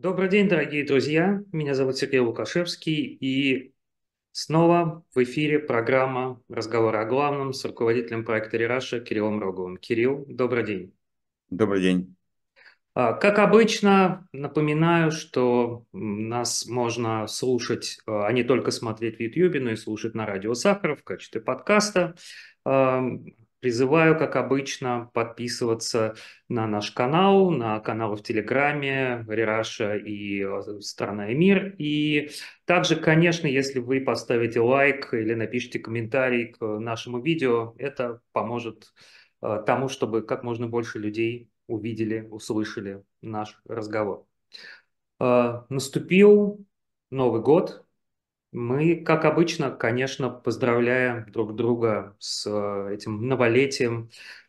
Добрый день, дорогие друзья. Меня зовут Сергей Лукашевский, и снова в эфире программа «Разговоры о главном» с руководителем проекта «Рераша» Кириллом Роговым. Кирилл, добрый день. Добрый день. Как обычно, напоминаю, что нас можно слушать, а не только смотреть в YouTube, но и слушать на радио Сахаров в качестве подкаста. А, Призываю, как обычно, подписываться на наш канал, на каналы в Телеграме, Рераша и Страна и Мир. И также, конечно, если вы поставите лайк или напишите комментарий к нашему видео, это поможет тому, чтобы как можно больше людей увидели, услышали наш разговор. Наступил Новый год. Мы, как обычно, конечно, поздравляем друг друга с этим новолетием.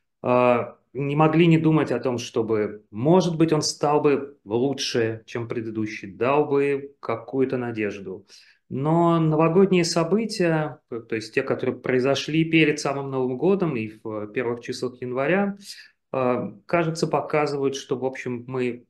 Не могли не думать о том, чтобы, может быть, он стал бы лучше, чем предыдущий, дал бы какую-то надежду. Но новогодние события, то есть те, которые произошли перед самым Новым годом и в первых числах января, кажется, показывают, что, в общем, мы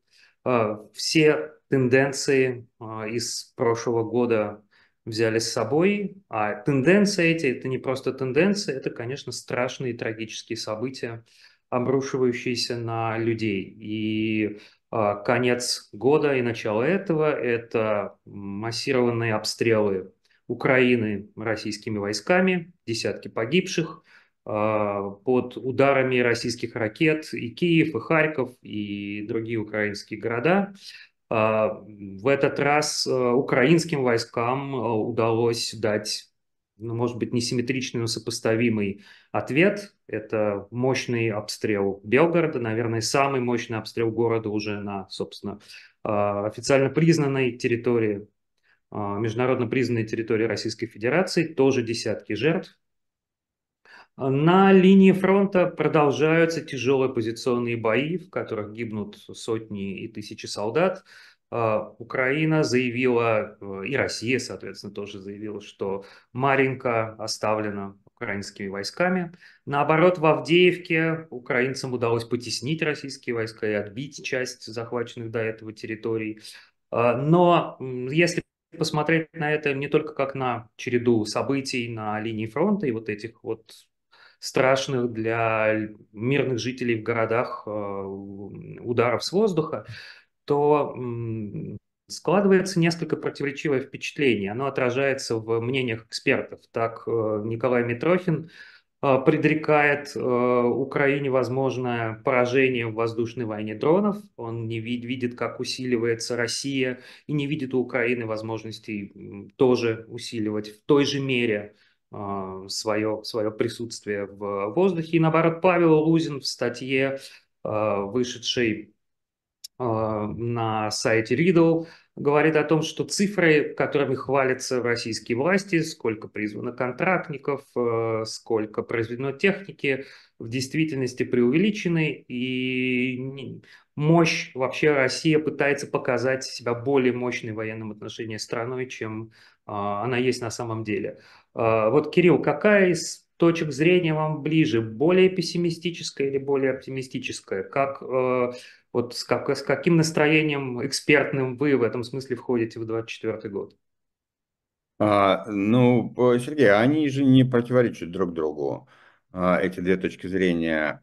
все тенденции из прошлого года взяли с собой, а тенденции эти, это не просто тенденции, это, конечно, страшные и трагические события, обрушивающиеся на людей. И конец года и начало этого – это массированные обстрелы Украины российскими войсками, десятки погибших, под ударами российских ракет и Киев, и Харьков, и другие украинские города. В этот раз украинским войскам удалось дать, ну, может быть, несимметричный, но сопоставимый ответ. Это мощный обстрел Белгорода, наверное, самый мощный обстрел города уже на, собственно, официально признанной территории, международно признанной территории Российской Федерации, тоже десятки жертв. На линии фронта продолжаются тяжелые позиционные бои, в которых гибнут сотни и тысячи солдат. Украина заявила, и Россия, соответственно, тоже заявила, что Маринка оставлена украинскими войсками. Наоборот, в Авдеевке украинцам удалось потеснить российские войска и отбить часть захваченных до этого территорий. Но если посмотреть на это не только как на череду событий на линии фронта и вот этих вот страшных для мирных жителей в городах ударов с воздуха, то складывается несколько противоречивое впечатление. Оно отражается в мнениях экспертов. Так, Николай Митрохин предрекает Украине возможное поражение в воздушной войне дронов. Он не видит, как усиливается Россия, и не видит у Украины возможностей тоже усиливать в той же мере свое присутствие в воздухе. И наоборот, Павел Лузин в статье, вышедшей на сайте Riddle, говорит о том, что цифры, которыми хвалятся российские власти, сколько призвано контрактников, сколько произведено техники, в действительности преувеличены, и мощь вообще Россия пытается показать себя более мощной в военном отношении страной, чем она есть на самом деле. Вот, Кирилл, какая из точек зрения вам ближе, более пессимистическая или более оптимистическая? Вот с каким настроением экспертным вы в этом смысле входите в 24 год? Сергей, они же не противоречат друг другу, эти две точки зрения.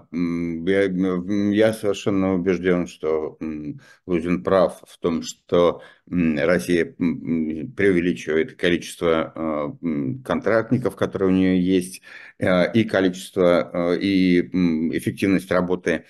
Я совершенно убежден, что Лузин прав в том, что Россия преувеличивает количество контрактников, которые у нее есть, и количество, и эффективность работы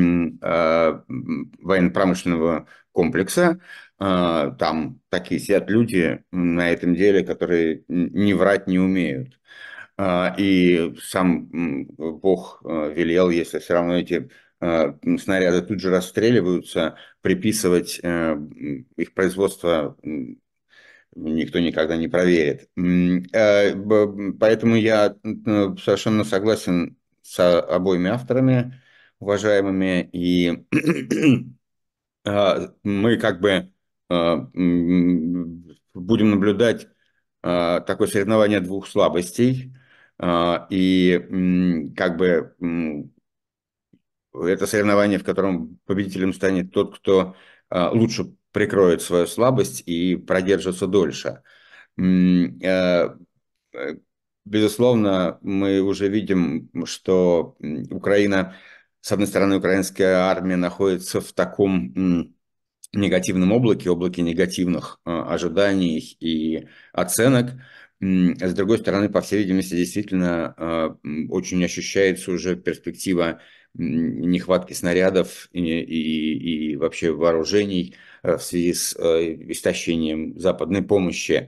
военно-промышленного комплекса. Там такие сидят люди на этом деле, которые не врать не умеют. И сам Бог велел, если все равно эти снаряды тут же расстреливаются, приписывать их производство никто никогда не проверит. Поэтому я совершенно согласен с обоими авторами, уважаемыми, и мы как бы будем наблюдать такое соревнование двух слабостей, и как бы это соревнование, в котором победителем станет тот, кто лучше прикроет свою слабость и продержится дольше. М, э, э, Безусловно, мы уже видим, что Украина, с одной стороны, украинская армия находится в таком негативном облаке негативных ожиданий и оценок. С другой стороны, по всей видимости, действительно очень ощущается уже перспектива нехватки снарядов и вообще вооружений в связи с истощением западной помощи.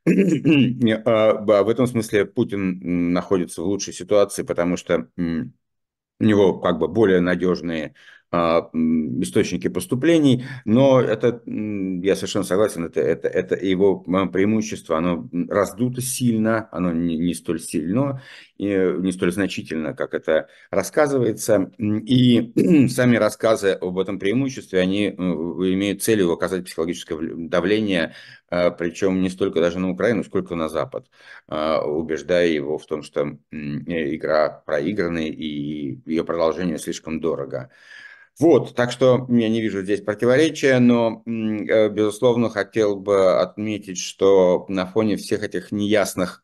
В этом смысле Путин находится в лучшей ситуации, потому что у него как бы более надежные источники поступлений, но это, я совершенно согласен, это его преимущество, оно раздуто сильно, оно не столь сильно, и не столь значительно, как это рассказывается, и сами рассказы об этом преимуществе, они имеют целью оказать психологическое давление, причем не столько даже на Украину, сколько на Запад, убеждая его в том, что игра проиграна и ее продолжение слишком дорого. Вот, так что я не вижу здесь противоречия, но, безусловно, хотел бы отметить, что на фоне всех этих неясных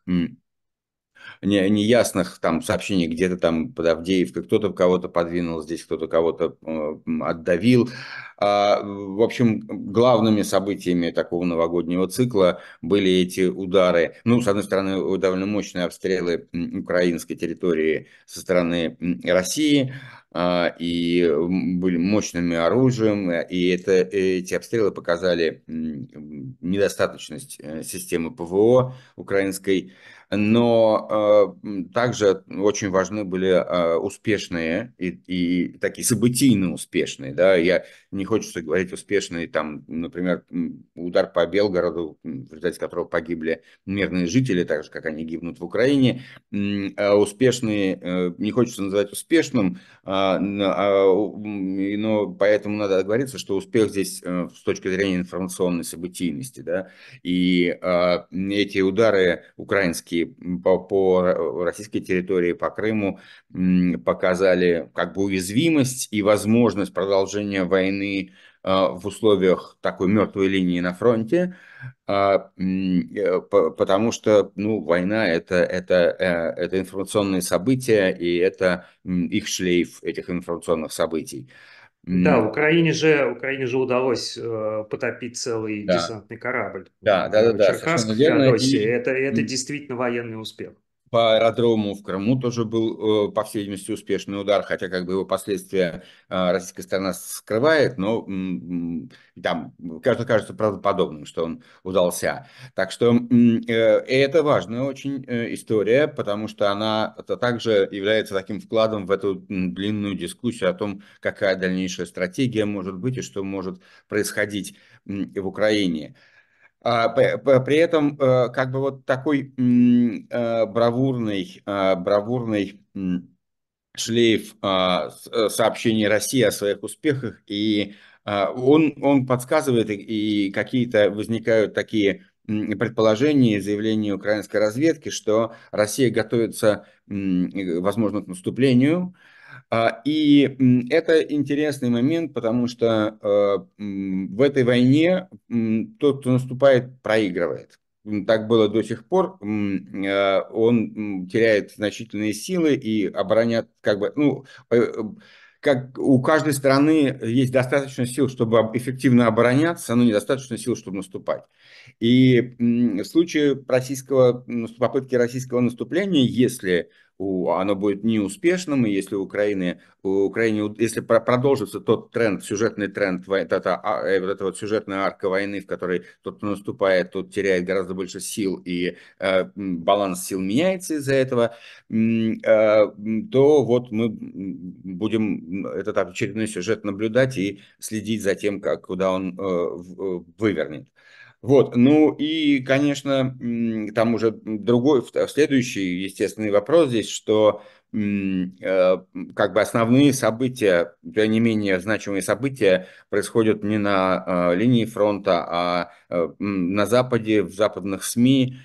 неясных там сообщений, где-то там под Авдеевкой кто-то кого-то подвинул, здесь кто-то кого-то отдавил. В общем, главными событиями такого новогоднего цикла были эти удары. Ну, с одной стороны, довольно мощные обстрелы украинской территории со стороны России, и были мощными оружием, и эти обстрелы показали недостаточность системы ПВО украинской, но также очень важны были успешные и такие событийно успешные. Да? Я не хочется говорить успешные, там, например, удар по Белгороду, в результате которого погибли мирные жители, так же, как они гибнут в Украине. Успешные, не хочется называть успешным, но поэтому надо договориться, что успех здесь с точки зрения информационной событийности. Да? И эти удары украинские по российской территории, по Крыму, показали как бы уязвимость и возможность продолжения войны в условиях такой мертвой линии на фронте, потому что ну, война это информационные события, и это их шлейф этих информационных событий. Да, М, Украине же удалось потопить целый Да, десантный корабль да, Новочеркасск совершенно в верно. Феодосии. И Это действительно военный успех. по аэродрому в Крыму тоже был, по всей видимости, успешный удар, хотя как бы его последствия российская сторона скрывает, но там кажется правдоподобным, что он удался. Так что это важная очень история, потому что она это также является таким вкладом в эту длинную дискуссию о том, какая дальнейшая стратегия может быть и что может происходить в Украине. При этом как бы вот такой бравурный шлейф сообщений России о своих успехах, и он подсказывает, и какие-то возникают такие предположения и заявления украинской разведки, что Россия готовится, возможно, к наступлению, и это интересный момент, потому что в этой войне тот, кто наступает, проигрывает. Так было до сих пор. Он теряет значительные силы и оборонят, как бы, ну, как у каждой страны есть достаточно сил, чтобы эффективно обороняться, но недостаточно сил, чтобы наступать. И в случае попытки российского наступления, если оно будет неуспешным, и если если продолжится тот тренд, сюжетный тренд, вот эта вот сюжетная арка войны, в которой тот, кто наступает, тот теряет гораздо больше сил, и баланс сил меняется из-за этого, то вот мы будем этот очередной сюжет наблюдать и следить за тем, куда он вывернет. Вот, ну и, конечно, там уже следующий естественный вопрос здесь, что как бы основные события, да, не менее значимые события происходят не на линии фронта, а на Западе, в западных СМИ,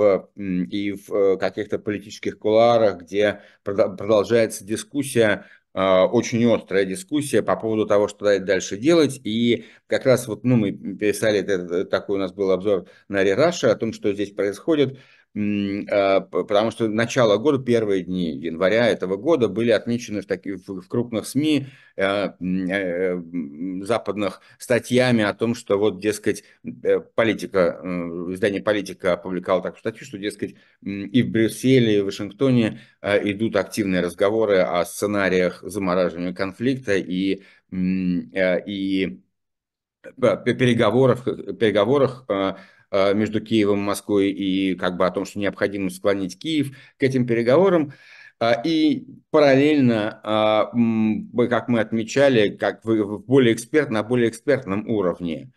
и в каких-то политических кулуарах, где продолжается дискуссия очень острая дискуссия по поводу того, что дальше делать. И как раз вот, ну, мы писали, такой у нас был обзор на Рераша о том, что здесь происходит. Потому что начало года, первые дни января этого года были отмечены в крупных СМИ западных статьями о том, что вот, дескать, издание «Политика» опубликовало такую статью, что, дескать, и в Брюсселе, и в Вашингтоне идут активные разговоры о сценариях замораживания конфликта и переговорах между Киевом и Москвой и как бы о том, что необходимо склонить Киев к этим переговорам. И параллельно, как мы отмечали, как на более экспертном уровне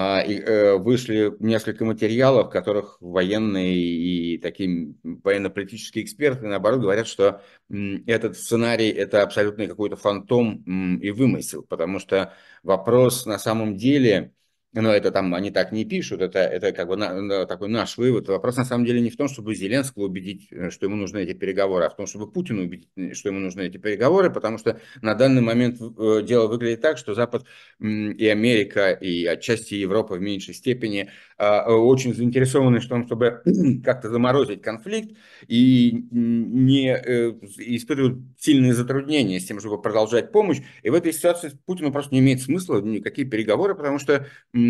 вышли несколько материалов, в которых военные и такие военно-политические эксперты, наоборот, говорят, что этот сценарий – это абсолютно какой-то фантом и вымысел, потому что вопрос на самом деле, но это там они так не пишут, это как бы такой наш вывод. Вопрос на самом деле не в том, чтобы Зеленского убедить, что ему нужны эти переговоры, а в том, чтобы Путина убедить, что ему нужны эти переговоры, потому что на данный момент дело выглядит так, что Запад и Америка, и отчасти Европа в меньшей степени очень заинтересованы в том, чтобы как-то заморозить конфликт и не испытывают сильные затруднения с тем, чтобы продолжать помощь. И в этой ситуации Путину просто не имеет смысла никакие переговоры, потому что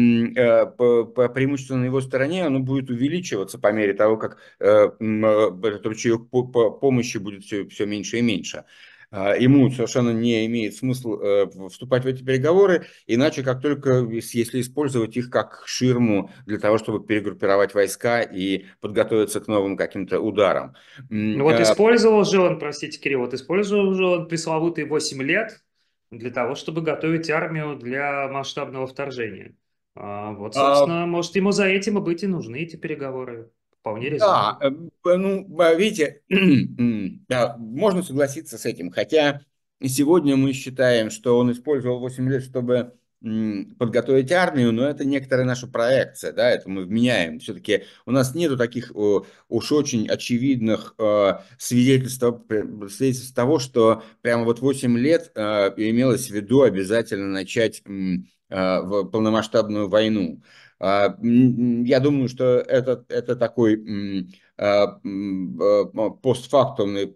по преимуществу на его стороне оно будет увеличиваться по мере того, как этот ручеек помощи будет все меньше и меньше. Ему совершенно не имеет смысла вступать в эти переговоры, иначе как только если использовать их как ширму для того, чтобы перегруппировать войска и подготовиться к новым каким-то ударам. Ну вот использовал же он, простите, Кирилл, вот использовал же он пресловутые 8 лет для того, чтобы готовить армию для масштабного вторжения. Вот, А, собственно, может, ему за этим и быть и нужны эти переговоры. Вполне Да, резонно. ну, видите, да, можно согласиться с этим, хотя сегодня мы считаем, что он использовал 8 лет, чтобы подготовить армию, но это некоторая наша проекция, да, это мы вменяем. Все-таки у нас нету таких уж очень очевидных свидетельств того, что прямо вот 8 лет имелось в виду обязательно начать в полномасштабную войну. Я думаю, что это такой постфактумный,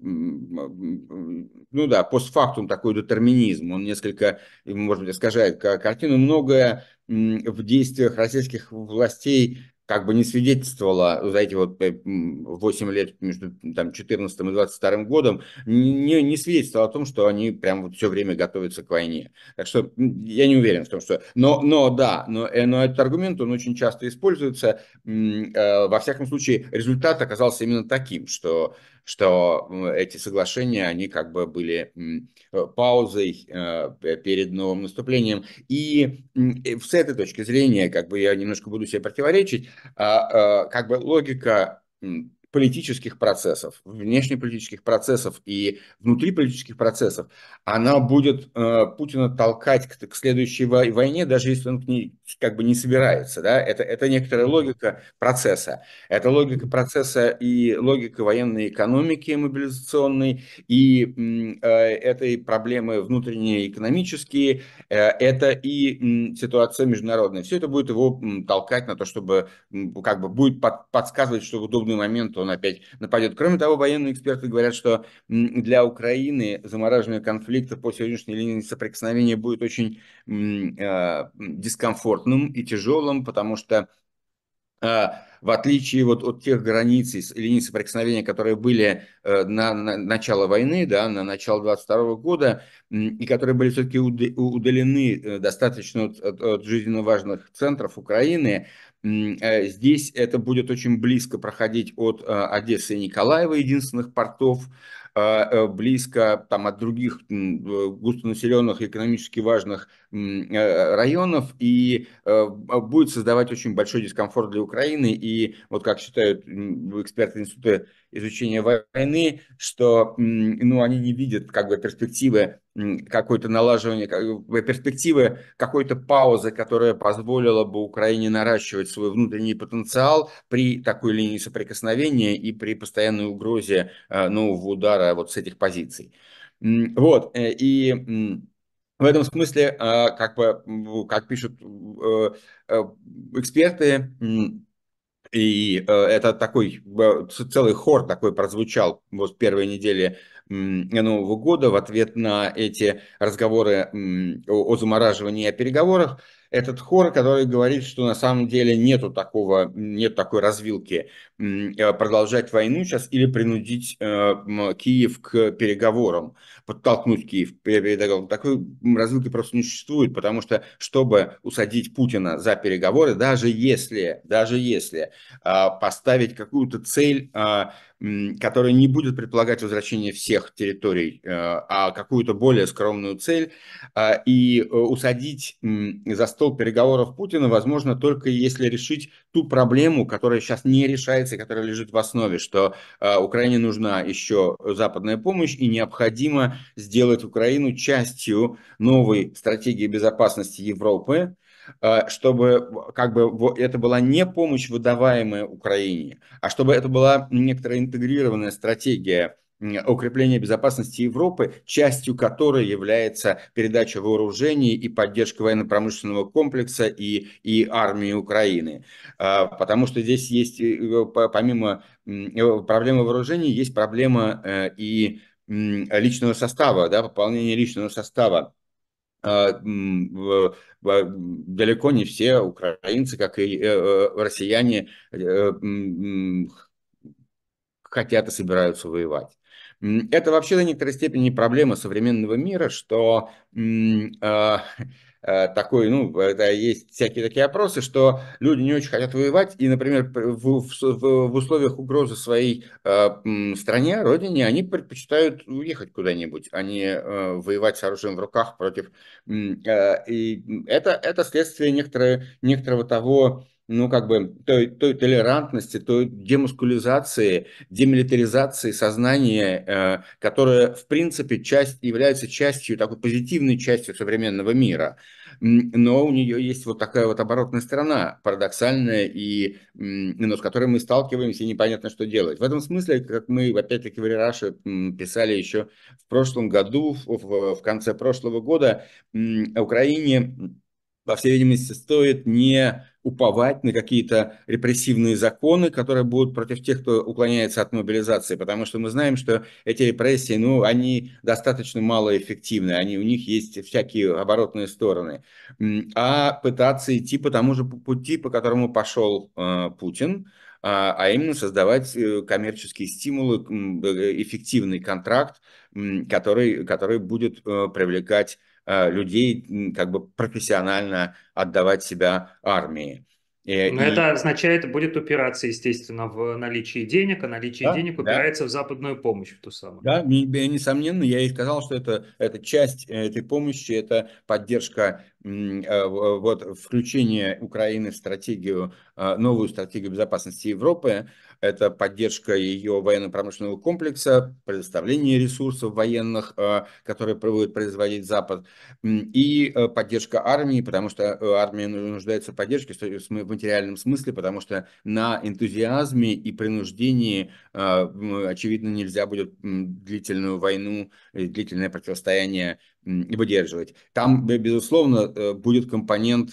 ну да, постфактум такой детерминизм. Он несколько, может быть, искажает картину. Многое в действиях российских властей как бы не свидетельствовало за эти вот 8 лет между там, 14 и 22 годом, не свидетельствовало о том, что они прям вот все время готовятся к войне. Так что я не уверен в том, что... Но да, но этот аргумент, он очень часто используется. Во всяком случае, результат оказался именно таким, что эти соглашения, они как бы были паузой перед новым наступлением. И с этой точки зрения, как бы я немножко буду себе противоречить, как бы логика политических процессов, внешнеполитических процессов и внутриполитических процессов, она будет Путина толкать к следующей войне, даже если он к ней как бы не собирается. Да? Это некоторая логика процесса. Это логика процесса и логика военной экономики мобилизационной, и этой проблемы внутренние экономические, это и ситуация международная. Все это будет его толкать на то, чтобы как бы будет подсказывать, что в удобный момент он опять нападет. Кроме того, военные эксперты говорят, что для Украины замораживание конфликта по сегодняшней линии соприкосновения будет очень дискомфортным и тяжелым, потому что в отличие вот от тех границ и линий соприкосновения, которые были на начало войны, да, на начало 22 года, и которые были все-таки удалены достаточно от жизненно важных центров Украины, здесь это будет очень близко проходить от Одессы и Николаева, единственных портов, близко там, от других густонаселенных, экономически важных районов, и будет создавать очень большой дискомфорт для Украины. И вот как считают эксперты Института изучения войны, что ну, они не видят как бы перспективы какой-то налаживания, перспективы какой-то паузы, которая позволила бы Украине наращивать свой внутренний потенциал при такой линии соприкосновения и при постоянной угрозе нового удара вот с этих позиций. Вот, в этом смысле, как бы, как пишут э, эксперты, и это такой целый хор такой прозвучал вот в первой неделе Нового года в ответ на эти разговоры о замораживании и о переговорах. Этот хор, который говорит, что на самом деле нет такой развилки продолжать войну сейчас или принудить Киев к переговорам, подтолкнуть Киев к переговорам. Такой развилки просто не существует, потому что, чтобы усадить Путина за переговоры, даже если поставить какую-то цель, которая не будет предполагать возвращение всех территорий, а какую-то более скромную цель, и усадить за стол переговоров Путина возможно только если решить ту проблему, которая сейчас не решается и которая лежит в основе, что Украине нужна еще западная помощь и необходимо сделать Украину частью новой стратегии безопасности Европы, чтобы как бы это была не помощь, выдаваемая Украине, а чтобы это была некоторая интегрированная стратегия укрепления безопасности Европы, частью которой является передача вооружений и поддержка военно-промышленного комплекса и армии Украины. Потому что здесь есть, помимо проблемы вооружений, есть проблема и личного состава, да, пополнения личного состава. Далеко не все украинцы, как и россияне, хотят и собираются воевать. Это вообще до некоторой степени проблема современного мира, что такой, ну, это есть всякие такие опросы, что люди не очень хотят воевать, и, например, в условиях угрозы своей стране, родине, они предпочитают уехать куда-нибудь, а не воевать с оружием в руках против... И это следствие некоторого того, ну, как бы, той толерантности, той демускулизации, демилитаризации сознания, которая, в принципе, является частью, такой позитивной частью современного мира. Но у нее есть вот такая вот оборотная сторона, парадоксальная, но с которой мы сталкиваемся, и непонятно, что делать. В этом смысле, как мы, опять-таки, в Рераше писали еще в прошлом году, в конце прошлого года, Украине, по всей видимости, стоит не уповать на какие-то репрессивные законы, которые будут против тех, кто уклоняется от мобилизации, потому что мы знаем, что эти репрессии, ну, они достаточно малоэффективны, у них есть всякие оборотные стороны, а пытаться идти по тому же пути, по которому пошел Путин, а именно создавать коммерческие стимулы, эффективный контракт, который будет привлекать людей, как бы профессионально отдавать себя армии. Но И это означает, будет упираться, естественно, в наличие денег, а наличие да, денег да, упирается в западную помощь, в ту самую. да, несомненно, я и сказал, что это часть этой помощи, это поддержка, вот включение Украины в стратегию, новую стратегию безопасности Европы, это поддержка ее военно-промышленного комплекса, предоставление ресурсов военных, которые будет производить Запад, и поддержка армии, потому что армия нуждается в поддержке в материальном смысле, потому что на энтузиазме и принуждении очевидно, нельзя будет длительную войну, длительное противостояние выдерживать. Там, безусловно, будет компонент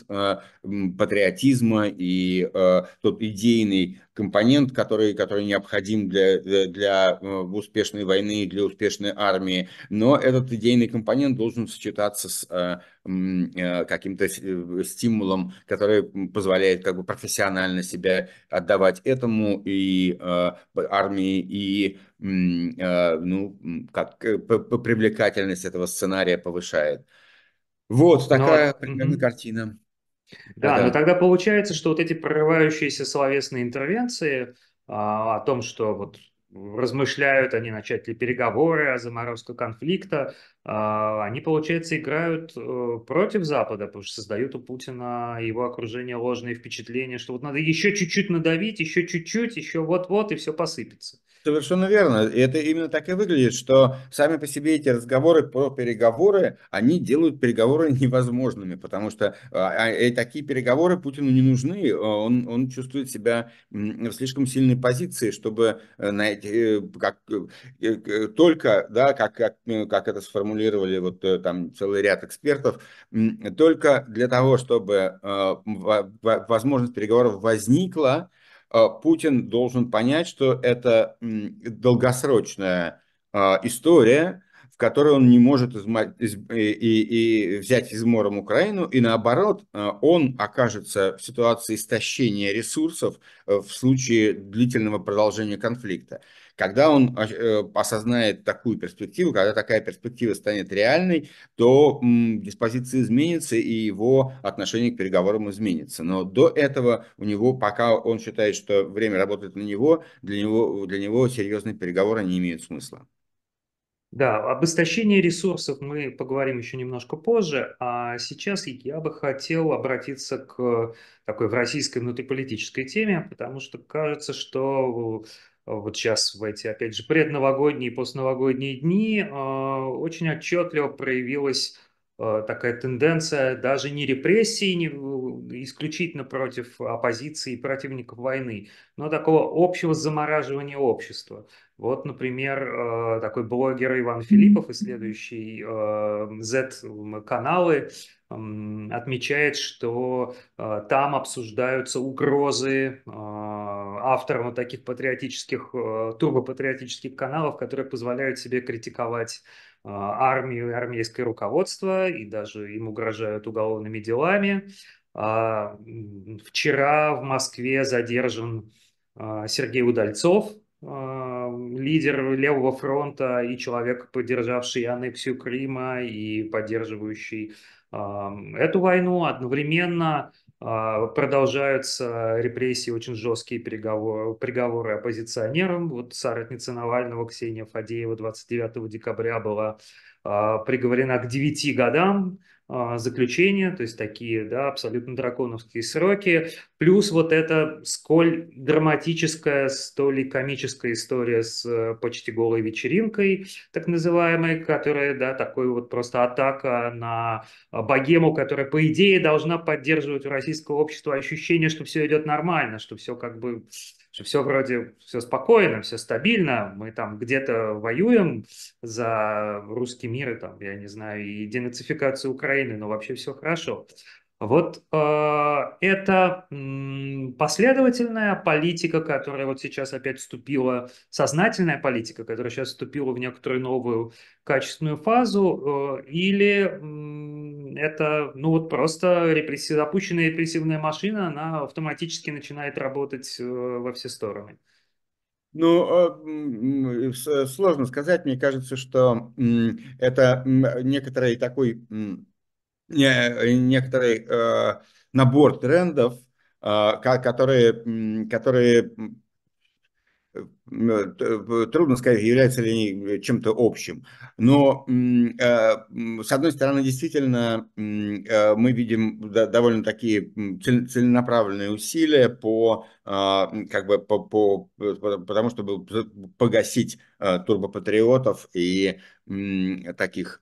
патриотизма и тот идейный компонент, который необходим для успешной войны, для успешной армии. Но этот идейный компонент должен сочетаться с каким-то стимулом, который позволяет как бы профессионально себя отдавать этому и армии, и ну, как привлекательность этого сценария повышает. Вот такая Но, примерно картина. да, но Это, тогда получается, что вот эти прорывающиеся словесные интервенции о том, что вот размышляют они начать ли переговоры о заморозке конфликта, они, получается, играют против Запада, потому что создают у Путина и его окружения ложные впечатления, что вот надо еще чуть-чуть надавить, еще чуть-чуть, еще вот-вот, и все посыпется. Совершенно верно. И это именно так и выглядит, что сами по себе эти разговоры про переговоры, они делают переговоры невозможными, потому что такие переговоры Путину не нужны. Он чувствует себя в слишком сильной позиции, чтобы только, да, как это сформулировали вот там целый ряд экспертов, только для того, чтобы возможность переговоров возникла, Путин должен понять, что это долгосрочная история, в которой он не может и взять измором Украину, и наоборот, он окажется в ситуации истощения ресурсов в случае длительного продолжения конфликта. Когда он осознает такую перспективу, когда такая перспектива станет реальной, то диспозиция изменится и его отношение к переговорам изменится. Но до этого у него, пока он считает, что время работает на него, для него серьезные переговоры не имеют смысла. Да, об истощении ресурсов мы поговорим еще немножко позже, а сейчас я бы хотел обратиться к такой в российской внутриполитической теме, потому что кажется, что вот сейчас в эти, опять же, предновогодние и постновогодние дни очень отчетливо проявилась такая тенденция даже не репрессий исключительно против оппозиции и противников войны, но такого общего замораживания общества. Вот, например, такой блогер Иван Филиппов, исследующий Z-каналы, отмечает, что там обсуждаются угрозы авторам вот таких патриотических, турбопатриотических каналов, которые позволяют себе критиковать армию и армейское руководство, и даже им угрожают уголовными делами. Вчера в Москве задержан Сергей Удальцов, лидер Левого фронта и человек, поддержавший аннексию Крыма и поддерживающий эту войну. Одновременно продолжаются репрессии, очень жесткие приговоры оппозиционерам. Вот соратница Навального Ксения Фадеева 29 декабря была приговорена к 9 годам заключения, то есть такие, да, абсолютно драконовские сроки. Плюс вот эта сколь драматическая, столь и комическая история с почти голой вечеринкой, так называемой, которая, да, такой вот просто атака на богему, которая, по идее, должна поддерживать у российского общества ощущение, что все идет нормально, что все как бы, что все вроде, все спокойно, все стабильно, мы там где-то воюем за русский мир, и там, я не знаю, и денацификацию Украины, но вообще все хорошо. Вот это последовательная политика, которая вот сейчас опять вступила, сознательная политика, которая сейчас вступила в некоторую новую качественную фазу, или это, ну вот просто запущенная репрессивная машина, она автоматически начинает работать во все стороны. Ну, сложно сказать. Мне кажется, что это некоторый такой некоторый набор трендов, которые, которые трудно сказать, являются ли они чем-то общим. Но, с одной стороны, действительно, мы видим довольно такие целенаправленные усилия как бы потому, чтобы погасить турбопатриотов и таких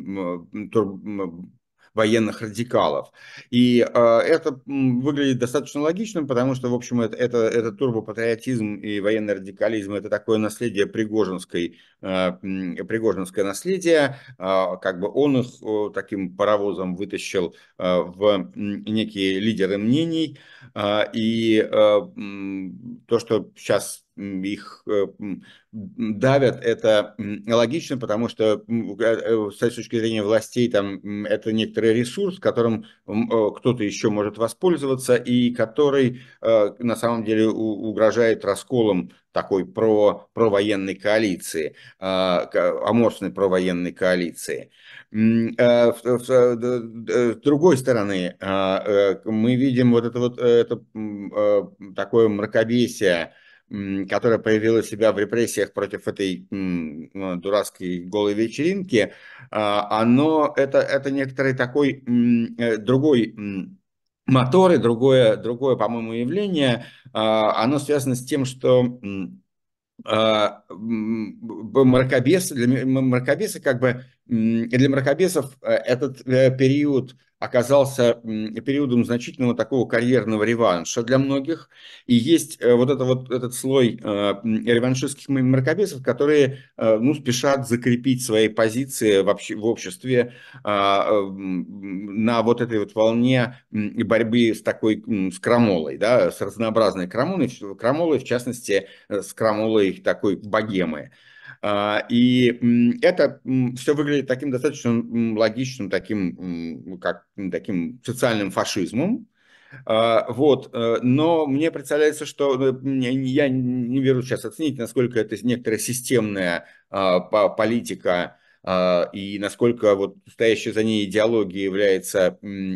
военных радикалов. И это выглядит достаточно логичным, потому что, в общем, это турбопатриотизм и военный радикализм, это такое наследие пригожинское наследие, как бы он их таким паровозом вытащил в некие лидеры мнений, и то, что сейчас их давят, это логично, потому что с точки зрения властей там это некоторый ресурс, которым кто-то еще может воспользоваться и который на самом деле угрожает расколом такой провоенной коалиции, аморфной провоенной коалиции. С другой стороны, мы видим вот это такое мракобесие, которая проявила себя в репрессиях против этой дурацкой голой вечеринки, это некоторый такой другой мотор и другое, по-моему, явление. Оно связано с тем, что Мракобесы как бы для мракобесов этот период оказался периодом значительного такого карьерного реванша для многих. И есть вот этот слой реваншистских мракобесов, которые ну, спешат закрепить свои позиции вообще в обществе на вот этой вот волне борьбы с такой с крамолой, да, с разнообразной крамолой, в частности, с крамолой такой богемы. И это все выглядит таким достаточно логичным, таким, как, таким социальным фашизмом. Вот, но мне представляется, что я не беру сейчас оценить, насколько это некоторая системная политика и насколько вот стоящая за ней идеология является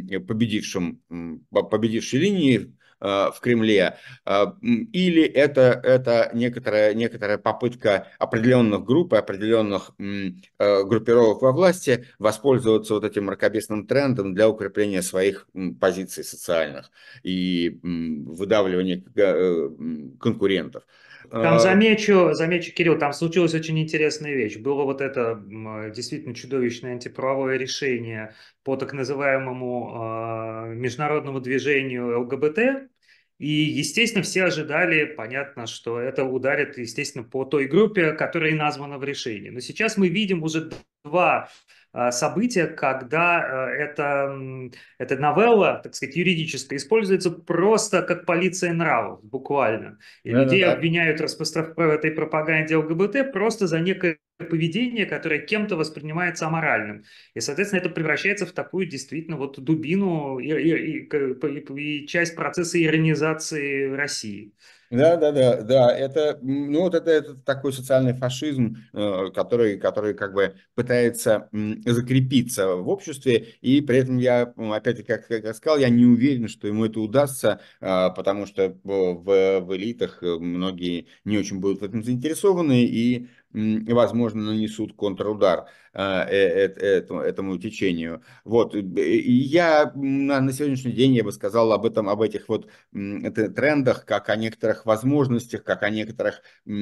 победившей линией в Кремле, или это некоторая попытка определенных групп, и определенных группировок во власти воспользоваться вот этим мракобесным трендом для укрепления своих позиций социальных и выдавливания конкурентов. Там Э, замечу, Кирилл, там случилась очень интересная вещь. Было вот это действительно чудовищное антиправовое решение по так называемому международному движению ЛГБТ. И, естественно, все ожидали, понятно, что это ударит, естественно, по той группе, которая и названа в решении. Но сейчас мы видим уже два события, когда эта новелла, так сказать, юридическая, используется просто как полиция нравов, буквально. И людей Да-да-да. обвиняют в этой пропаганде ЛГБТ просто за некое поведение, которое кем-то воспринимается аморальным. И, соответственно, это превращается в такую действительно вот дубину и часть процесса иронизации России. Да, да, да, да, это, ну, вот это такой социальный фашизм, который как бы пытается закрепиться в обществе, и при этом я, опять-таки, как я сказал, я не уверен, что ему это удастся, потому что в элитах многие не очень будут в этом заинтересованы и, возможно, нанесут контрудар этому течению. Вот, и я на сегодняшний день, я бы сказал об этих вот трендах, как о некоторых возможностях, как о некоторых,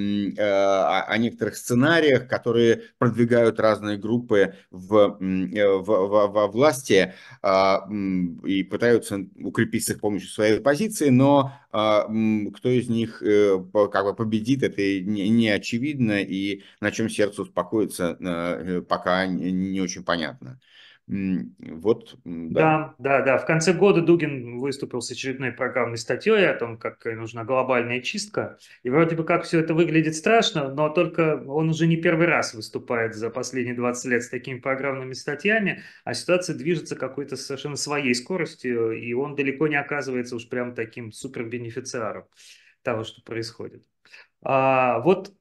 о некоторых сценариях, которые продвигают разные группы во власти и пытаются укрепить с их помощью своей позиции, но кто из них как бы победит, это не очевидно, и на чем сердце успокоится, пока не очень понятно. Вот, да. Да, да, да. В конце года Дугин выступил с очередной программной статьей о том, как нужна глобальная чистка. И вроде бы как все это выглядит страшно, но только он уже не первый раз выступает за последние 20 лет с такими программными статьями, а ситуация движется какой-то совершенно своей скоростью, и он далеко не оказывается уж прям таким супербенефициаром того, что происходит. Вот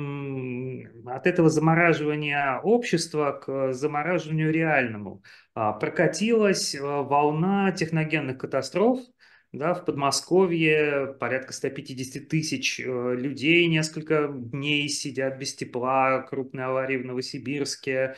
от этого замораживания общества к замораживанию реальному прокатилась волна техногенных катастроф. Да, в Подмосковье порядка 150 тысяч людей несколько дней сидят без тепла, крупные аварии в Новосибирске,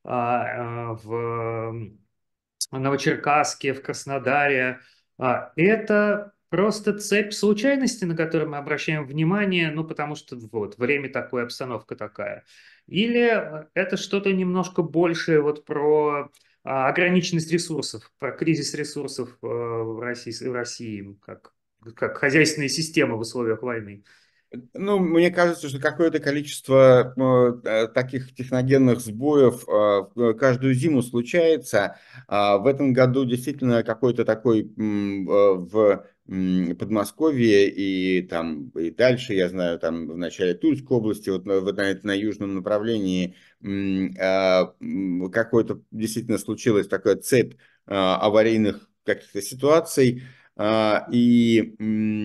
в Новочеркасске, в Краснодаре. Это просто цепь случайностей, на которые мы обращаем внимание, ну, потому что вот время такое, обстановка такая. Или это что-то немножко большее вот про ограниченность ресурсов, про кризис ресурсов в России как хозяйственная система в условиях войны. Ну, мне кажется, что какое-то количество таких техногенных сбоев каждую зиму случается. В этом году действительно какой-то такой в Подмосковье и там и дальше, я знаю, там в начале Тульской области, вот на южном направлении какой-то действительно случилась такая цепь аварийных каких-то ситуаций, и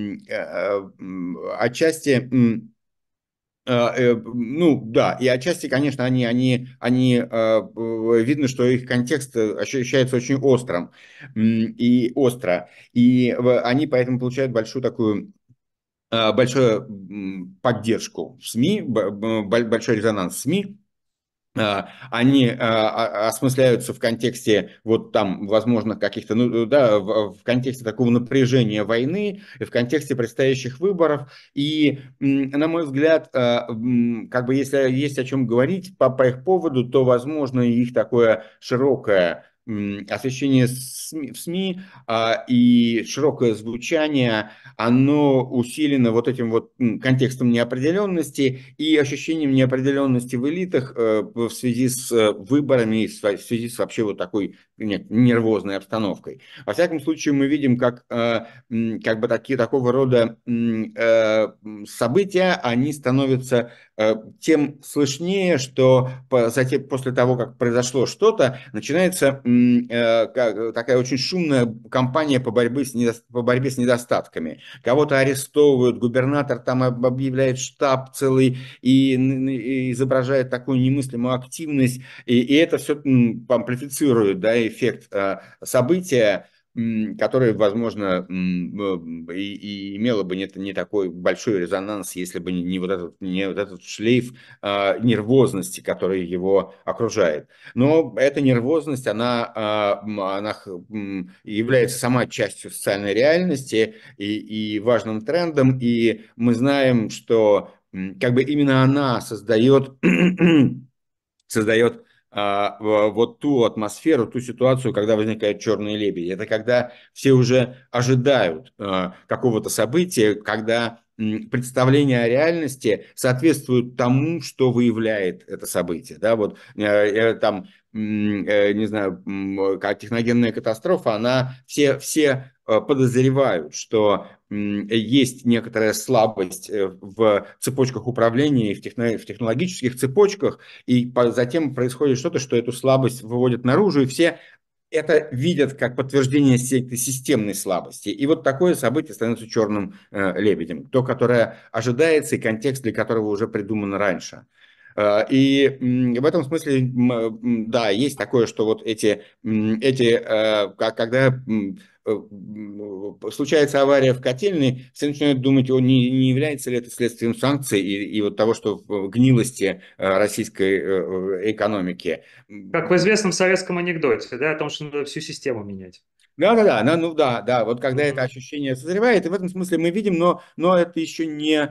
отчасти, ну да, и отчасти, конечно, видно, что их контекст ощущается очень острым и остро, и они поэтому получают большую такую большую поддержку в СМИ, большой резонанс в СМИ. они осмысляются в контексте вот там, возможно, каких-то, ну да, в контексте такого напряжения войны, и в контексте предстоящих выборов. И, на мой взгляд, как бы если есть о чем говорить по их поводу, то, возможно, их такое широкое освещение в СМИ и широкое звучание, оно усилено вот этим вот контекстом неопределенности и ощущением неопределенности в элитах в связи с выборами, в связи с вообще вот такой нервозной обстановкой. Во всяком случае, мы видим, как бы такого рода события, они становятся тем слышнее, что затем, после того, как произошло что-то, начинается такая очень шумная кампания по борьбе с недостатками. Кого-то арестовывают, губернатор там объявляет штаб целый и изображает такую немыслимую активность, и это все амплифицирует, да, эффект события, которое, возможно, и имело бы не такой большой резонанс, если бы не вот этот шлейф нервозности, который его окружает. Но эта нервозность, она является сама частью социальной реальности и важным трендом, и мы знаем, что как бы именно она создает вот ту атмосферу, ту ситуацию, когда возникают черные лебеди. Это когда все уже ожидают какого-то события, когда представление о реальности соответствует тому, что выявляет это событие. Да, вот там, не знаю, как техногенная катастрофа, все подозревают, что есть некоторая слабость в цепочках управления и в технологических цепочках, и затем происходит что-то, что эту слабость выводит наружу, и все это видят как подтверждение этой системной слабости. И вот такое событие становится черным лебедем, то, которое ожидается, и контекст для которого уже придуман раньше. И в этом смысле, да, есть такое, что вот когда случается авария в котельной, все начинают думать, не является ли это следствием санкций и вот того, что в гнилости российской экономики. Как в известном советском анекдоте, да, о том, что надо всю систему менять. Да, ну да, да, вот когда это Мгм. ощущение созревает, и в этом смысле мы видим, но это еще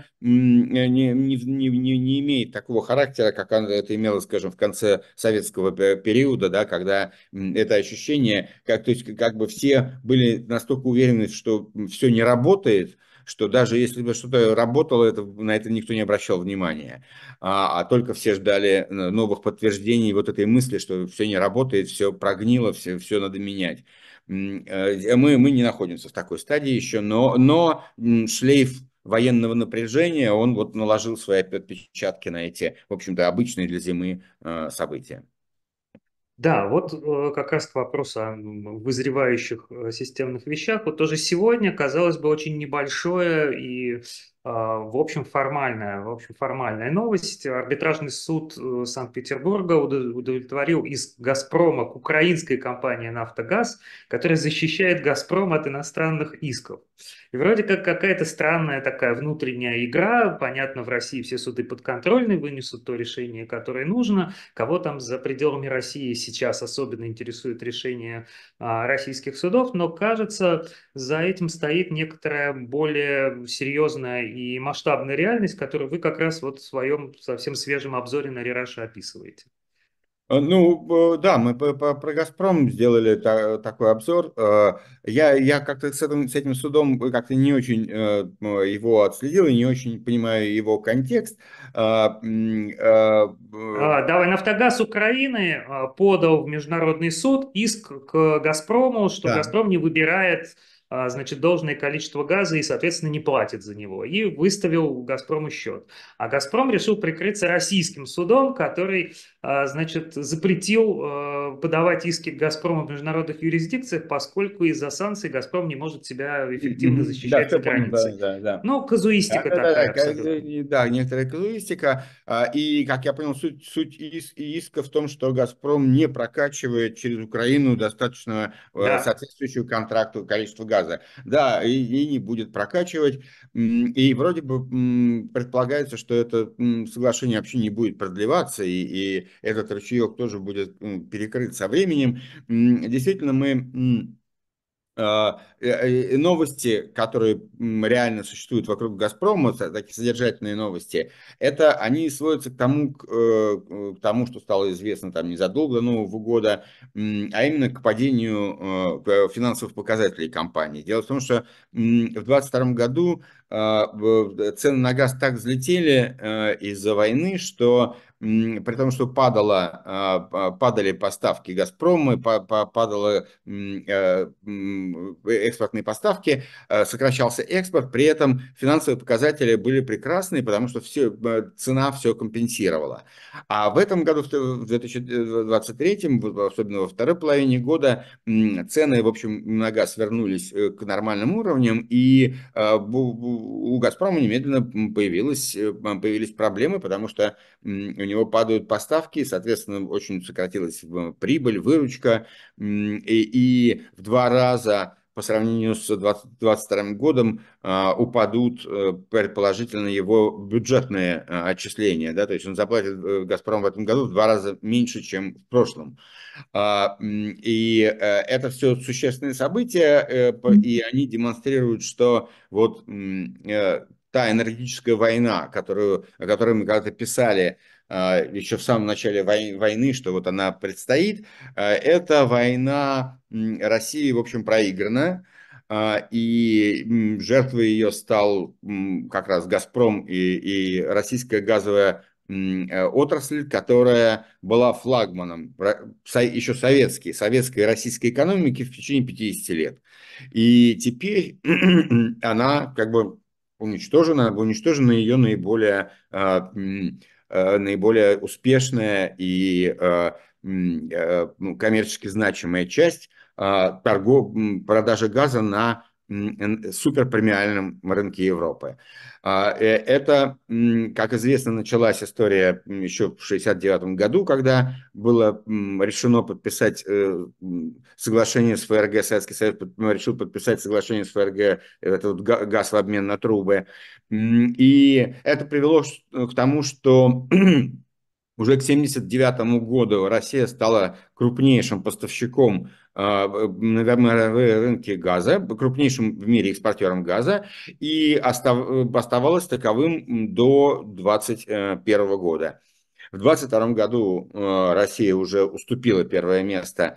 не имеет такого характера, как оно это имело, скажем, в конце советского периода, да, когда это ощущение, то есть как бы все были настолько уверены, что все не работает, что даже если бы что-то работало, на это никто не обращал внимания, а только все ждали новых подтверждений вот этой мысли, что все не работает, все прогнило, все надо менять. Мы не находимся в такой стадии еще, но шлейф военного напряжения, он вот наложил свои отпечатки на эти, в общем-то, обычные для зимы события. Да, вот как раз к вопросу о вызревающих системных вещах. Вот тоже сегодня, казалось бы, очень небольшое и, в общем, формальная новость. Арбитражный суд Санкт-Петербурга удовлетворил иск «Газпрома» к украинской компании «Нафтогаз», которая защищает «Газпром» от иностранных исков. И вроде как какая-то странная такая внутренняя игра. Понятно, в России все суды подконтрольны, вынесут то решение, которое нужно. Кого там за пределами России сейчас особенно интересует решение российских судов, но кажется, за этим стоит некоторая более серьезная и масштабная реальность, которую вы как раз вот в своем совсем свежем обзоре на Рераши описываете. Ну, да, мы про «Газпром» сделали такой обзор. Я как-то с этим судом как-то не очень его отследил и не очень понимаю его контекст. А, м, а, Давай, «Нафтогаз» Украины подал в международный суд иск к «Газпрому», что Да. «Газпром» не выбирает, значит, должное количество газа и, соответственно, не платит за него. И выставил «Газпрому» счет. А «Газпром» решил прикрыться российским судом, который, значит, запретил подавать иски к «Газпрому» в международных юрисдикциях, поскольку из-за санкций «Газпром» не может себя эффективно Да, защищать за все понял, да, границей. да, да. Ну, Да, казуистика да, да, такая да, абсолютно. да, некоторая казуистика. И, как я понял, суть иска в том, что «Газпром» не прокачивает через Украину достаточно Да. соответствующего контракту количество газа, да, и не будет прокачивать. И вроде бы предполагается, что это соглашение вообще не будет продлеваться, и этот ручеек тоже будет перекрыт со временем. Действительно, мы новости, которые реально существуют вокруг «Газпрома», такие содержательные новости, это они сводятся к тому, что стало известно там незадолго до Нового года, а именно к падению финансовых показателей компании. Дело в том, что в 2022 году цены на газ так взлетели из-за войны, что при том, что падали поставки «Газпрома», падала экспортные поставки, сокращался экспорт, при этом финансовые показатели были прекрасные, потому что цена все компенсировала. А в этом году, в 2023, особенно во второй половине года, цены, в общем, на газ вернулись к нормальным уровням, и у «Газпрома» немедленно появились проблемы, потому что у него падают поставки, соответственно, очень сократилась прибыль, выручка, и в 2 раза по сравнению с 2022 годом упадут предположительно его бюджетные отчисления, да, то есть он заплатит «Газпром» в этом году в 2 раза меньше, чем в прошлом. И это все существенные события, и они демонстрируют, что вот та энергетическая война, о которой мы когда-то писали еще в самом начале войны, что вот она предстоит, эта война России, в общем, проиграна. И жертвой ее стал как раз «Газпром» и российская газовая отрасль, которая была флагманом еще советской и российской экономики в течение 50 лет. И теперь она как бы уничтожена ее наиболее успешная и коммерчески значимая часть продажи газа на суперпремиальном рынке Европы. Это, как известно, началась история еще в 1969 году, когда было решено подписать соглашение с ФРГ, Советский Союз решил подписать соглашение с ФРГ, это вот газ в обмен на трубы. И это привело к тому, что уже к 1979 году Россия стала крупнейшим поставщиком на мировые рынки газа, крупнейшим в мире экспортером газа, и оставалась таковым до 2021 года. В 2022 году Россия уже уступила первое место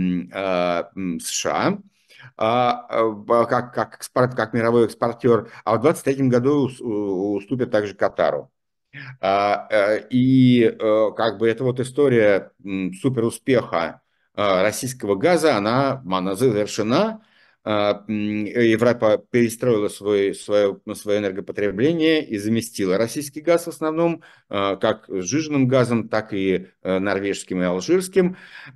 США как мировой экспортер, а в 2023 году уступит также Катару. Как бы эта вот история суперуспеха российского газа, она завершена. Европа перестроила свое энергопотребление и заместила российский газ в основном как сжиженным газом, так и норвежским и алжирским.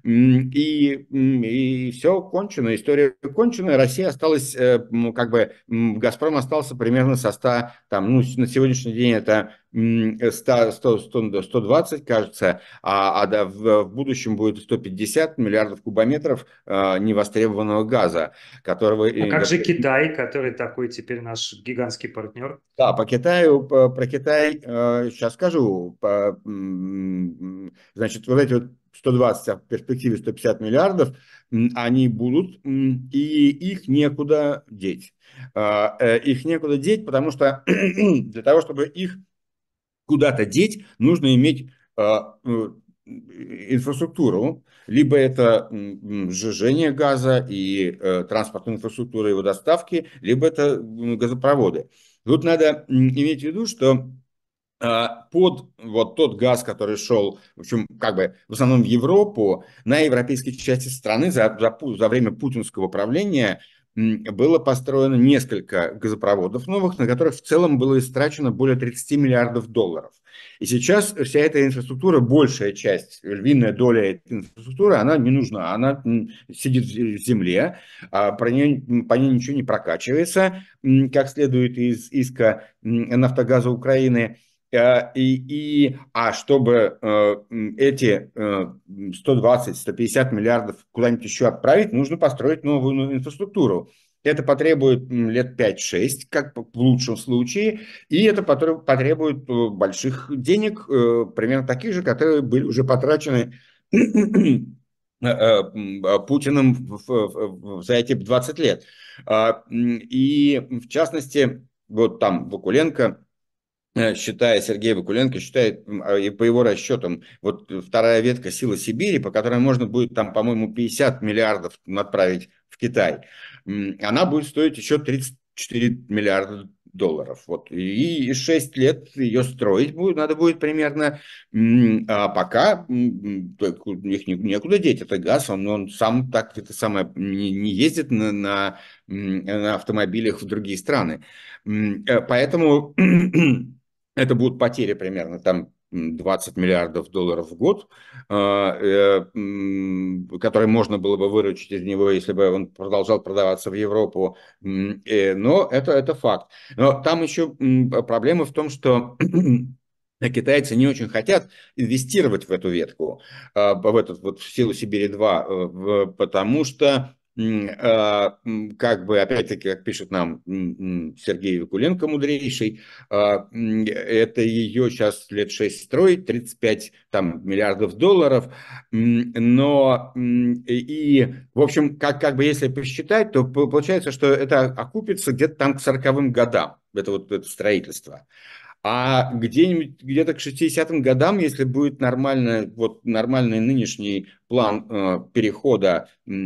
И все кончено, история кончена. Россия осталась, как бы «Газпром» остался примерно со 100, там, ну, на сегодняшний день это 120, кажется, да, в будущем будет 150 миллиардов кубометров невостребованного газа, которого... А как же Китай, который такой теперь наш гигантский партнер? Да, по Китаю, про Китай сейчас скажу. Значит, вот эти вот 120, а в перспективе 150 миллиардов, они будут, и их некуда деть. Их некуда деть, потому что для того, чтобы их куда-то деть, нужно иметь инфраструктуру, либо это сжижение газа и транспортная инфраструктура его доставки, либо это газопроводы. Тут надо иметь в виду, что под вот тот газ, который шел, в общем, как бы в основном в Европу, на европейской части страны за время путинского правления было построено несколько газопроводов новых, на которых в целом было истрачено более 30 миллиардов долларов. И сейчас вся эта инфраструктура, большая часть, львиная доля этой инфраструктуры, она не нужна. Она сидит в земле, по ней ничего не прокачивается, как следует из иска «Нафтогаза Украины». Чтобы эти 120-150 миллиардов куда-нибудь еще отправить, нужно построить новую инфраструктуру. Это потребует лет 5-6, как в лучшем случае, и это потребует больших денег, примерно таких же, которые были уже потрачены Путиным за эти 20 лет. И в частности, вот там Вакуленко Сергей Вакуленко считает, и по его расчетам, вот вторая ветка «Сила Сибири», по которой можно будет там, по-моему, 50 миллиардов отправить в Китай, она будет стоить еще 34 миллиарда долларов. Вот. И 6 лет ее строить будет, надо будет примерно, а пока их некуда деть, это газ, он сам так это самое, не ездит на автомобилях в другие страны. Поэтому это будут потери примерно там 20 миллиардов долларов в год, которые можно было бы выручить из него, если бы он продолжал продаваться в Европу. Но это факт. Но там еще проблема в том, что китайцы не очень хотят инвестировать в эту ветку, в эту вот в силу Сибири-2, потому что как бы, опять-таки, как пишет нам Сергей Викуленко, мудрейший, это ее сейчас лет 6 строить, 35 там, миллиардов долларов, но в общем, как бы если посчитать, то получается, что это окупится где-то там к 40-м годам, это вот это строительство. А где-нибудь где-то к 60-м годам, если будет нормальный нынешний план перехода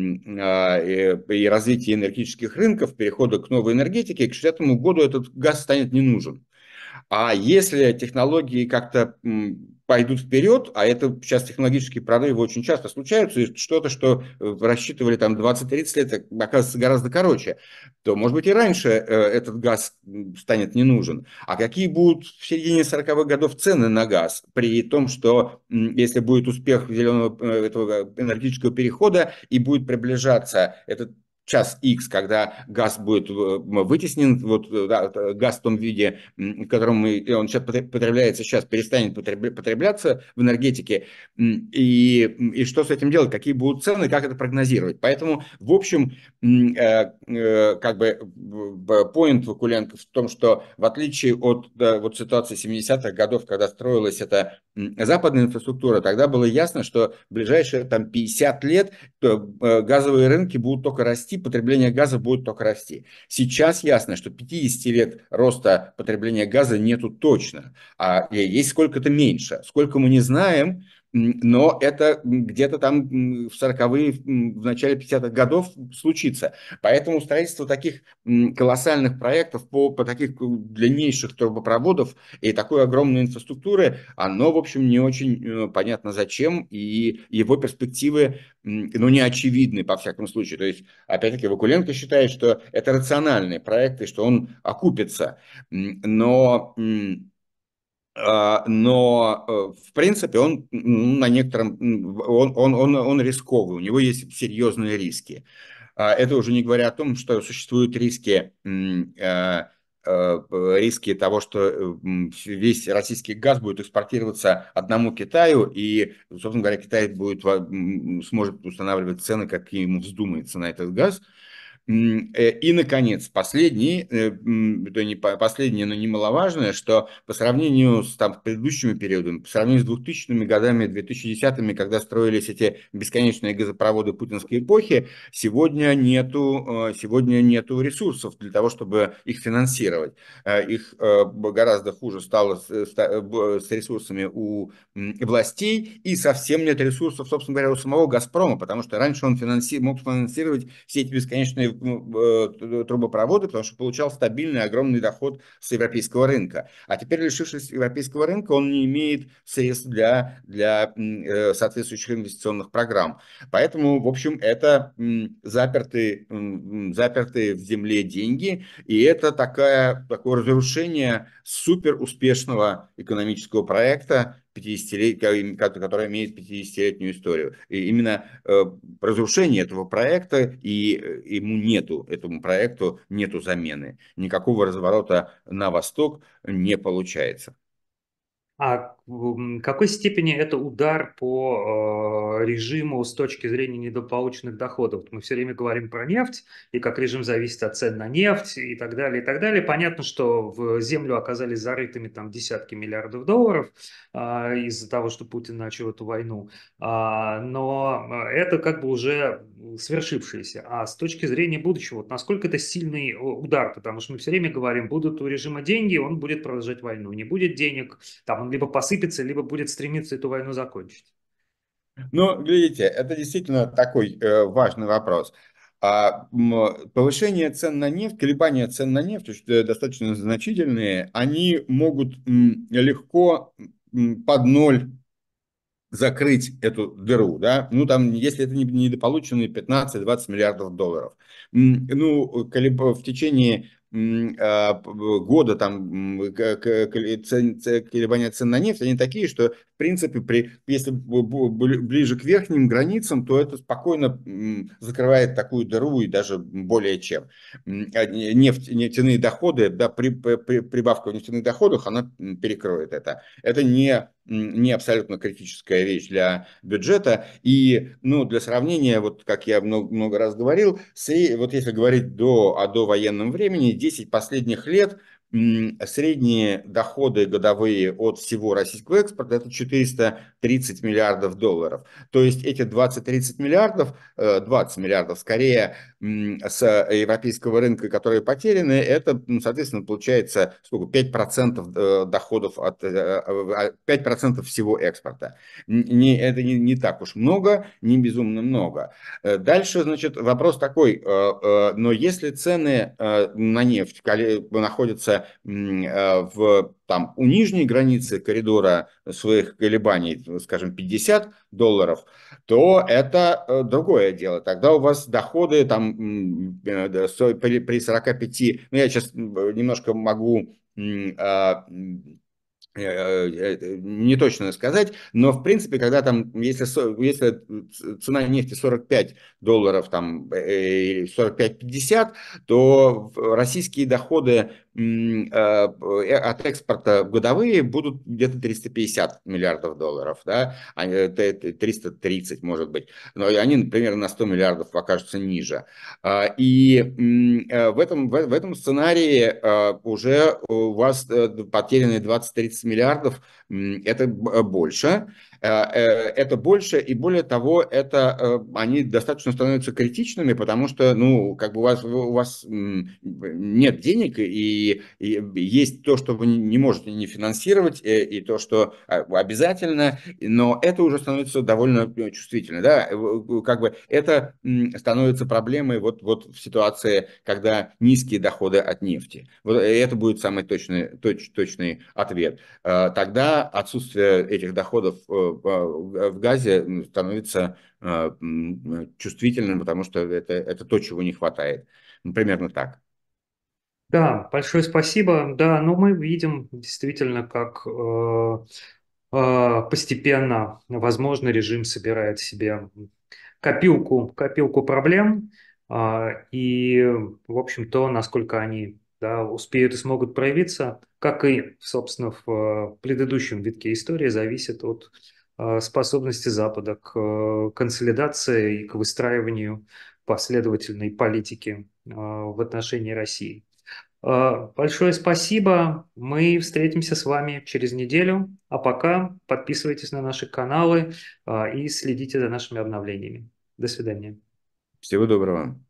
и развития энергетических рынков, перехода к новой энергетике, к 60-му году этот газ станет не нужен. А если технологии как-то пойдут вперед, а это сейчас технологические прорывы очень часто случаются, и что-то, что рассчитывали там 20-30 лет, оказывается гораздо короче, то, может быть, и раньше этот газ станет не нужен. А какие будут в середине 40-х годов цены на газ, при том, что если будет успех зеленого этого энергетического перехода и будет приближаться этот час X, когда газ будет вытеснен, вот да, газ в том виде, в котором он сейчас потребляется, сейчас перестанет потребляться в энергетике, и что с этим делать, какие будут цены, как это прогнозировать. Поэтому, в общем, как бы поинт Вакуленко в том, что в отличие от вот ситуации 70-х годов, когда строилась эта западная инфраструктура, тогда было ясно, что в ближайшие там 50 лет газовые рынки будут только расти, потребление газа будет только расти. Сейчас ясно, что 50 лет роста потребления газа нету точно, а есть сколько-то меньше. Сколько мы не знаем, но это где-то там в 40-е, в начале 50-х годов случится. Поэтому строительство таких колоссальных проектов по таких длиннейших трубопроводов и такой огромной инфраструктуры, оно, в общем, не очень понятно зачем, и его перспективы, ну, не очевидны, по всякому случаю. То есть, опять-таки, Вакуленко считает, что это рациональный проект, и что он окупится. Но в принципе он на некотором он рисковый, у него есть серьезные риски. Это уже не говоря о том, что существуют риски того, что весь российский газ будет экспортироваться одному Китаю, и, собственно говоря, Китай сможет устанавливать цены, как ему вздумается на этот газ. И, наконец, это не последнее, но немаловажное, что по сравнению с там, предыдущими периодами, по сравнению с 2000-ми годами, 2010-ми, когда строились эти бесконечные газопроводы путинской эпохи, сегодня нету ресурсов для того, чтобы их финансировать. Их гораздо хуже стало с ресурсами у властей, и совсем нет ресурсов, собственно говоря, у самого «Газпрома», потому что раньше он мог финансировать все эти бесконечные трубопроводы, потому что получал стабильный огромный доход с европейского рынка. А теперь, лишившись европейского рынка, он не имеет средств для соответствующих инвестиционных программ. Поэтому, в общем, это запертые в земле деньги, и это такое разрушение супер успешного экономического проекта, 50 который имеет 50-летнюю историю. И именно разрушение этого проекта, и этому проекту нету замены. Никакого разворота на восток не получается. А в какой степени это удар по режиму с точки зрения недополученных доходов? Вот мы все время говорим про нефть, и как режим зависит от цен на нефть, и так далее, и так далее. Понятно, что в землю оказались зарытыми там десятки миллиардов долларов из-за того, что Путин начал эту войну. Но это как бы уже свершившееся. А с точки зрения будущего, вот насколько это сильный удар? Потому что мы все время говорим, будут у режима деньги, он будет продолжать войну. Не будет денег, там он либо посыпется, либо будет стремиться эту войну закончить. Ну, видите, это действительно такой важный вопрос. Повышение цен на нефть, колебания цен на нефть, достаточно значительные, они могут легко под ноль закрыть эту дыру, да, ну там, если это недополученные 15-20 миллиардов долларов. Ну, в течение года там колебания цен на нефть, они такие, что в принципе, если ближе к верхним границам, то это спокойно закрывает такую дыру и даже более чем. Нефтяные доходы, да, прибавка в нефтяных доходах, она перекроет это. Это не абсолютно критическая вещь для бюджета. И, ну, для сравнения, вот как я много раз говорил, вот если говорить о довоенном времени, 10 последних лет средние доходы годовые от всего российского экспорта это 430 миллиардов долларов. То есть эти 20-30 миллиардов, 20 миллиардов скорее с европейского рынка, которые потеряны, это, соответственно, получается сколько? 5% доходов 5% всего экспорта. Это не так уж много, не безумно много. Дальше, значит, вопрос такой, но если цены на нефть находятся у нижней границы коридора своих колебаний, скажем, $50, то это другое дело. Тогда у вас доходы там при 45, ну я сейчас немножко могу не точно сказать, но в принципе, когда там, если цена нефти $45 там, или 45-50, то российские доходы от экспорта годовые будут где-то 350 миллиардов долларов, да, 330 может быть, но они, например, на 100 миллиардов окажутся ниже. И в этом сценарии уже у вас потерянные 20-30 миллиардов, это больше. Это больше, и более того, они достаточно становятся критичными, потому что, ну, как бы у вас нет денег, и есть то, что вы не можете не финансировать, и то, что обязательно, но это уже становится довольно чувствительно, да, как бы это становится проблемой вот в ситуации, когда низкие доходы от нефти. Вот это будет самый точный ответ. Тогда отсутствие этих доходов в газе становится чувствительным, потому что это то, чего не хватает. Примерно так. Да, большое спасибо. Да, но мы видим действительно, как постепенно, возможно, режим собирает себе копилку проблем, и, в общем-то, насколько они, да, успеют и смогут проявиться, как и, собственно, в предыдущем витке истории, зависит от способности Запада к консолидации и к выстраиванию последовательной политики в отношении России. Большое спасибо. Мы встретимся с вами через неделю. А пока подписывайтесь на наши каналы и следите за нашими обновлениями. До свидания. Всего доброго.